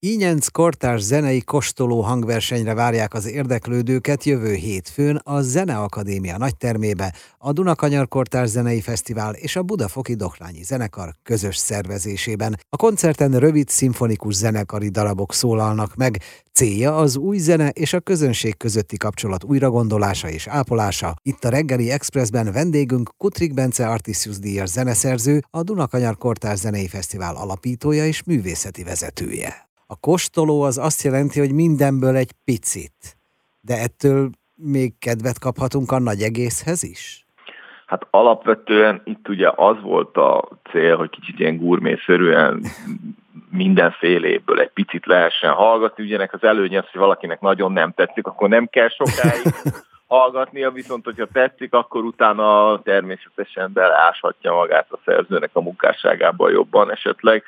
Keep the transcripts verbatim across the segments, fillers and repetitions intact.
Ínyenc kortárs zenei kóstoló hangversenyre várják az érdeklődőket jövő hétfőn a Zeneakadémia nagytermébe, a Dunakanyar Kortárs Zenei Fesztivál és a Budafoki Dohnányi Zenekar közös szervezésében. A koncerten rövid szimfonikus zenekari darabok szólalnak meg. Célja az új zene és a közönség közötti kapcsolat újragondolása és ápolása. Itt a Reggeli Expressben vendégünk Kutrik Bence Artisius díjas zeneszerző, a Dunakanyar Kortárs Zenei Fesztivál alapítója és művészeti vezetője. A kóstoló az azt jelenti, hogy mindenből egy picit, de ettől még kedvet kaphatunk a nagy egészhez is? Hát alapvetően itt ugye az volt a cél, hogy kicsit ilyen gurmészerűen mindenféléből egy picit lehessen hallgatni. Ugye ennek az előnye az, hogy valakinek nagyon nem tetszik, akkor nem kell sokáig hallgatnia, viszont hogyha tetszik, akkor utána természetesen beleáshatja magát a szerzőnek a munkásságában jobban esetleg.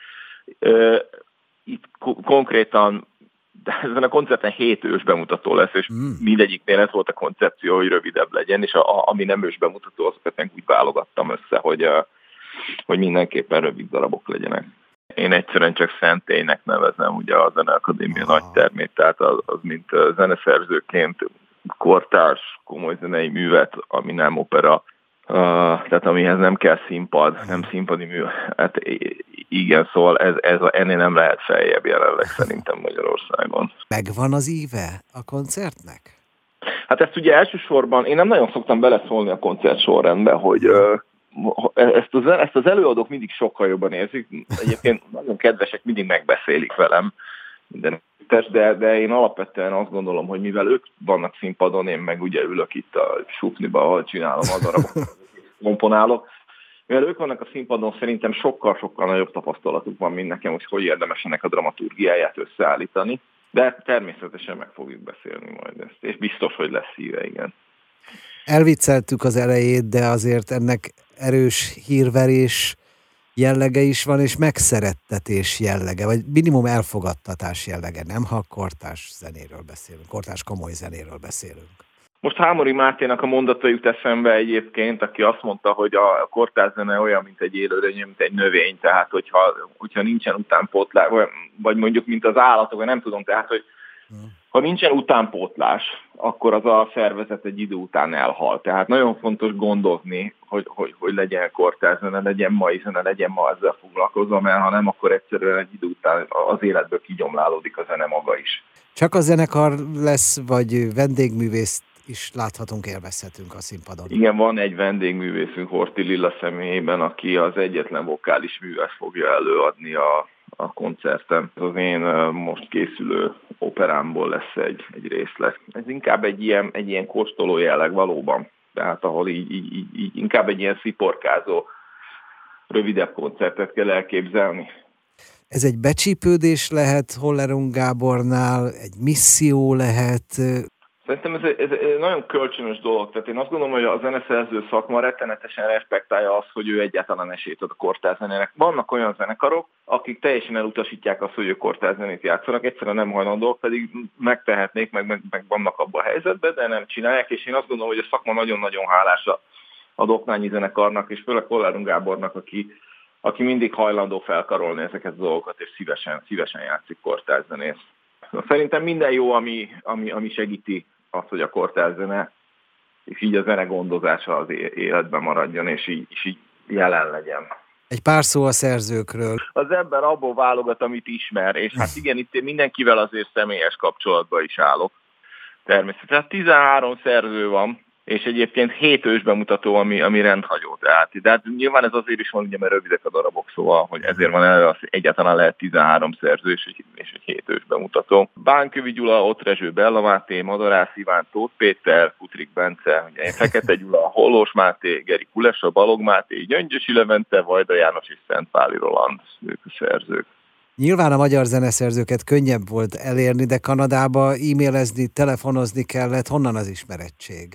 Itt konkrétan, de ezen a koncerten hét ős bemutató lesz, és mm. mindegyiknél ez volt a koncepció, hogy rövidebb legyen, és a, a, ami nem ős bemutató, azokat meg úgy válogattam össze, hogy, hogy mindenképpen rövid darabok legyenek. Én egyszerűen csak szentélynek nevezem ugye a Zeneakadémia ah. nagy termét, tehát az, az mint zeneszerzőként kortárs, komoly zenei művet, ami nem opera, Uh, tehát amihez nem kell színpad, nem színpadi mű. Hát igen, szóval ez, ez a, ennél nem lehet feljebb jelenleg szerintem Magyarországon. Megvan az íve a koncertnek? Hát ezt ugye elsősorban, én nem nagyon szoktam beleszólni a koncert sorrendbe, hogy uh, ezt, az, ezt az előadók mindig sokkal jobban érzik. Egyébként nagyon kedvesek, mindig megbeszélik velem minden. De, de én alapvetően azt gondolom, hogy mivel ők vannak színpadon, én meg ugye ülök itt a sufniba, ahol csinálom a darabokat, komponálok. Mivel ők vannak a színpadon, szerintem sokkal-sokkal nagyobb tapasztalatuk van, mint nekem, hogy hogy érdemes ennek a dramaturgiáját összeállítani. De természetesen meg fogjuk beszélni majd ezt, és biztos, hogy lesz szíve, igen. Elvicceltük az elejét, de azért ennek erős hírverés jellege is van, és megszerettetés jellege, vagy minimum elfogadtatás jellege, nem, ha kortárs zenéről beszélünk, kortárs komoly zenéről beszélünk. Most Hámori Máténak a mondata jut eszembe egyébként, aki azt mondta, hogy a kortárs zene olyan, mint egy élőlény, mint egy növény, tehát hogyha, hogyha nincsen utánpótlás, vagy mondjuk, mint az állatok, vagy nem tudom, tehát, hogy hmm. ha nincsen utánpótlás, akkor az a szervezet egy idő után elhal. Tehát nagyon fontos gondozni, hogy, hogy, hogy legyen kortárs zene, legyen mai zene, legyen ma ezzel foglalkozom, mert ha nem, akkor egyszerűen egy idő után az életből kigyomlálódik a zene maga is. Csak a zenekar lesz, vagy vendégművészt is láthatunk, élvezhetünk a színpadon? Igen, van egy vendégművészünk Horthy Lilla személyében, aki az egyetlen vokális művet fogja előadni a a koncerten. Az én most készülő operámból lesz egy, egy részlet. Ez inkább egy ilyen, egy ilyen kóstoló jelleg valóban. Tehát ahol így, így, így, így inkább egy ilyen sziporkázó, rövidebb koncertet kell elképzelni. Ez egy becsípődés lehet Hollerung Gábornál, egy misszió lehet? Szerintem ez egy, ez egy nagyon kölcsönös dolog. Tehát én azt gondolom, hogy a zeneszerző szakma rettenetesen respektálja azt, hogy ő egyáltalán esélyt ad a kortárs zenének. Vannak olyan zenekarok, akik teljesen elutasítják azt, hogy ők kortárs zenét játszanak, egyszerűen nem hajlandók, pedig megtehetnék, meg, meg, meg vannak abban a helyzetben, de nem csinálják, és én azt gondolom, hogy a szakma nagyon-nagyon hálás a, a Dohnányi zenekarnak, és főleg Hollerung Gábornak, aki, aki mindig hajlandó felkarolni ezeket a dolgokat, és szívesen, szívesen játszik kortárs zenét. Szerintem minden jó, ami, ami, ami segíti azt, hogy a kortárs zene, és így a zene gondozása az életben maradjon, és így, és így jelen legyen. Egy pár szó a szerzőkről. Az ember abból válogat, amit ismer, és hát igen, itt én mindenkivel azért személyes kapcsolatban is állok. Természetesen hát tizenhárom szerző van, és egyébként hét ős bemutató, ami, ami rendhagyó. Tehát, de hát nyilván ez azért is van, ugye, mert rövidek a darabok, szóval, hogy ezért van elő, az egyáltalán lehet tizenhárom szerző és egy, és egy hét ős bemutató. Bánkövi Gyula, Ott Rezső, Bella Máté, Madarász Iván, Tóth Péter, Kutrik Bence, ugye, Fekete Gyula, Hollós Máté, Geri Kulesa, Balog Máté, Gyöngyösi Levente, Vajda János és Szentpáli Roland, ők a szerzők. Nyilván a magyar zeneszerzőket könnyebb volt elérni, de Kanadába e-mailezni, telefonozni kellett. Honnan az ismerettség?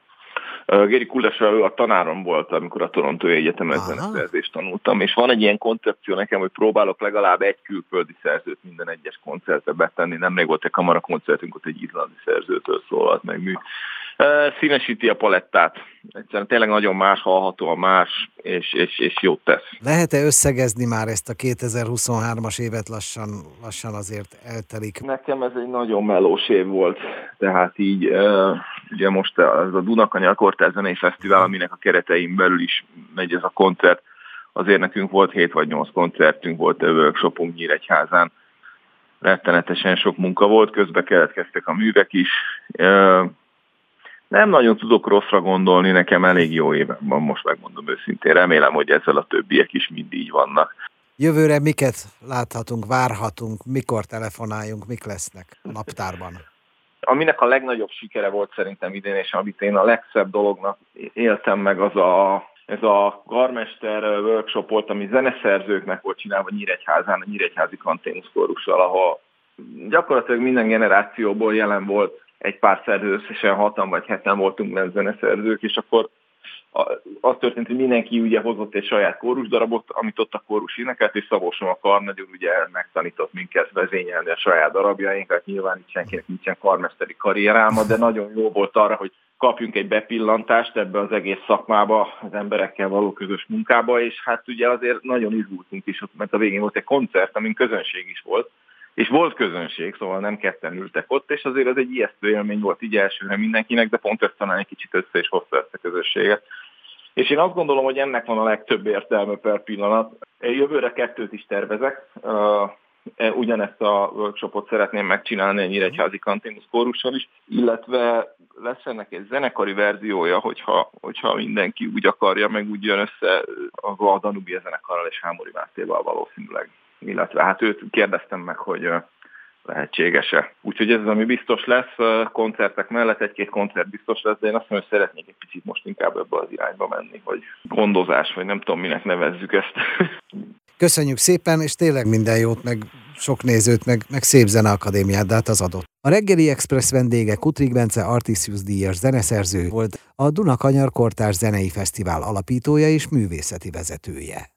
Geri Kulesa, ő a tanárom volt, amikor a Torontói Egyetemen zeneszerzést tanultam, és van egy ilyen koncepció nekem, hogy próbálok legalább egy külföldi szerzőt minden egyes koncertbe betenni. Nemrég volt egy kamarakoncertünk, ott egy izlandi szerzőtől szólalt meg mű. Színesíti a palettát. Egyszerűen tényleg nagyon más, hallhatóan más, és, és, és jót tesz. Lehet-e összegezni már ezt a kétezer-huszonhármas évet lassan, lassan azért eltelik? Nekem ez egy nagyon melós év volt. Tehát így, ugye most ez a Dunakanyar Kortárs Zenei Fesztivál, aminek a keretein belül is megy ez a koncert. Azért nekünk volt hét vagy nyolc koncertünk, volt a workshopunk Nyíregyházán. Rettenetesen sok munka volt, közbe keletkeztek a művek is. Nem nagyon tudok rosszra gondolni, nekem elég jó évem van, most megmondom őszintén. Remélem, hogy ezzel a többiek is mind így vannak. Jövőre miket láthatunk, várhatunk, mikor telefonáljunk, mik lesznek a naptárban? Aminek a legnagyobb sikere volt szerintem idén, és amit én a legszebb dolognak éltem meg, az a, ez a Karmester workshop volt, ami zeneszerzőknek volt csinálva Nyíregyházán, a Nyíregyházi Kanténusz Kórussal, ahol gyakorlatilag minden generációból jelen volt egy pár szerző, összesen hatan vagy heten voltunk benne zeneszerzők, és akkor az történt, hogy mindenki ugye hozott egy saját kórusdarabot, amit ott a kórus énekelt, és Szabó a karnagyúr ugye megtanított minket vezényelni a saját darabjainkat. Nyilván itt senkinek nincsen karmesteri karrierálma, de nagyon jó volt arra, hogy kapjunk egy bepillantást ebbe az egész szakmába, az emberekkel való közös munkába, és hát ugye azért nagyon izgultunk is, mert a végén volt egy koncert, amin közönség is volt, és volt közönség, szóval nem ketten ültek ott, és azért ez egy ijesztő élmény volt így elsőre mindenkinek, de pont ezt talán egy kicsit össze is hozta ezt a közösséget. És én azt gondolom, hogy ennek van a legtöbb értelme per pillanat. Jövőre kettőt is tervezek. Ugyanezt a workshopot szeretném megcsinálni a Nyíregyházi Kanténusz Kórussal is, illetve lesz ennek egy zenekari verziója, hogyha, hogyha mindenki úgy akarja, meg úgy jön össze a Danubia zenekarral és Hámori Mátéval valószínűleg. Illetve hát őt kérdeztem meg, hogy lehetséges-e. Úgyhogy ez az, ami biztos lesz, koncertek mellett egy-két koncert biztos lesz, de én azt mondom, hogy szeretnék egy picit most inkább ebbe az irányba menni, hogy gondozás, vagy nem tudom, minek nevezzük ezt. Köszönjük szépen, és tényleg minden jót, meg sok nézőt, meg, meg szép zeneakadémiát, de hát az adott. A Reggeli Express vendége Kutrik Bence Artisius díjas zeneszerző volt, a Dunakanyar Kortárs Zenei Fesztivál alapítója és művészeti vezetője.